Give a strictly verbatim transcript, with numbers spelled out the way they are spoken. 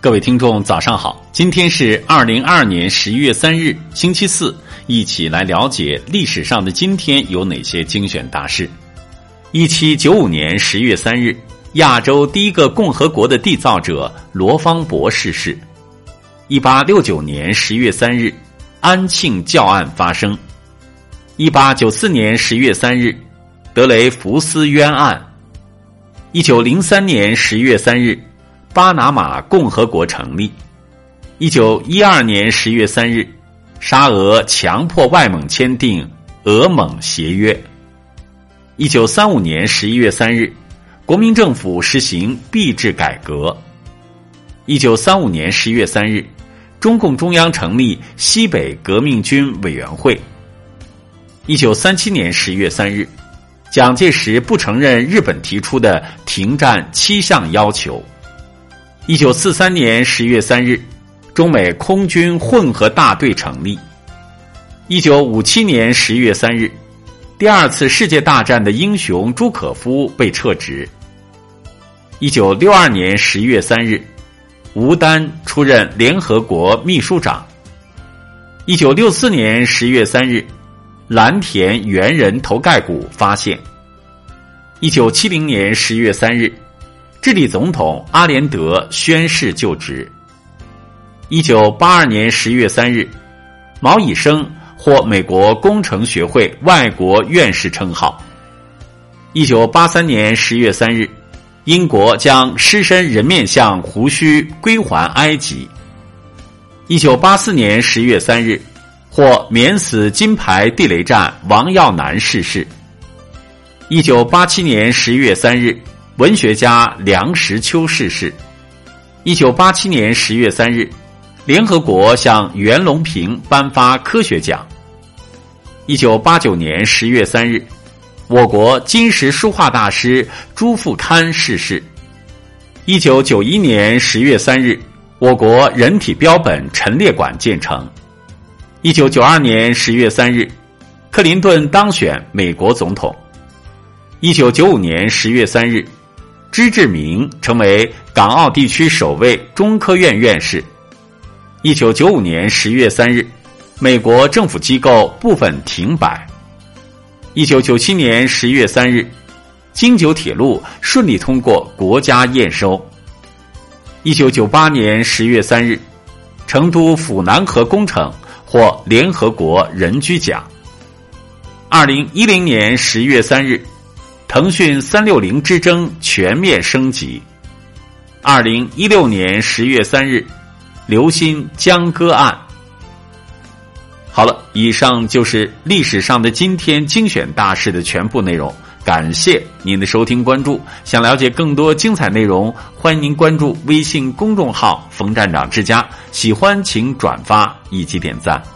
各位听众早上好，今天是二零二二年十一月三日星期四，一起来了解历史上的今天有哪些精选大事。一七九五年十月三日，亚洲第一个共和国的缔造者罗芳伯逝世。一八六九年十月三日，安庆教案发生。一八九四年十月三日，德雷福斯冤案。一九零三年十月三日，巴拿马共和国成立。一九一二年十月三日，沙俄强迫外蒙签订俄蒙协约。一九三五年十一月三日，国民政府实行币制改革。一九三五年十月三日，中共中央成立西北革命军委员会。一九三七年十月三日，蒋介石不承认日本提出的停战七项要求。一九四三年十月三日，中美空军混合大队成立。一九五七年十月三日，第二次世界大战的英雄朱可夫被撤职。一九六二年十月三日，吴丹出任联合国秘书长。一九六四年十月三日，蓝田猿人头盖骨发现。一九七零年十月三日，智利总统阿连德宣誓就职。一九八二年十月三日，毛以升获美国工程学会外国院士称号。一九八三年十月三日，英国将狮身人面像胡须归还埃及。一九八四年十月三日，获免死金牌地雷战王耀南逝世。一九八七年十月三日，文学家梁实秋逝世。一九八七年十月三日，联合国向袁隆平颁发科学奖。一九八九年十月三日，我国金石书画大师朱复堪逝世。一九九一年十月三日，我国人体标本陈列馆建成。一九九二年十月三日，克林顿当选美国总统。一九九五年十月三日，支志明成为港澳地区首位中科院院士。一九九五年十月三日，美国政府机构部分停摆。一九九七年十月三日，京九铁路顺利通过国家验收。一九九八年十月三日，成都府南河工程获联合国人居奖。二零一零年十月三日，腾讯三六零之争全面升级。二零一六年十月三日，刘鑫江歌案。好了，以上就是历史上的今天精选大事的全部内容，感谢您的收听关注。想了解更多精彩内容，欢迎您关注微信公众号冯站长之家，喜欢请转发以及点赞。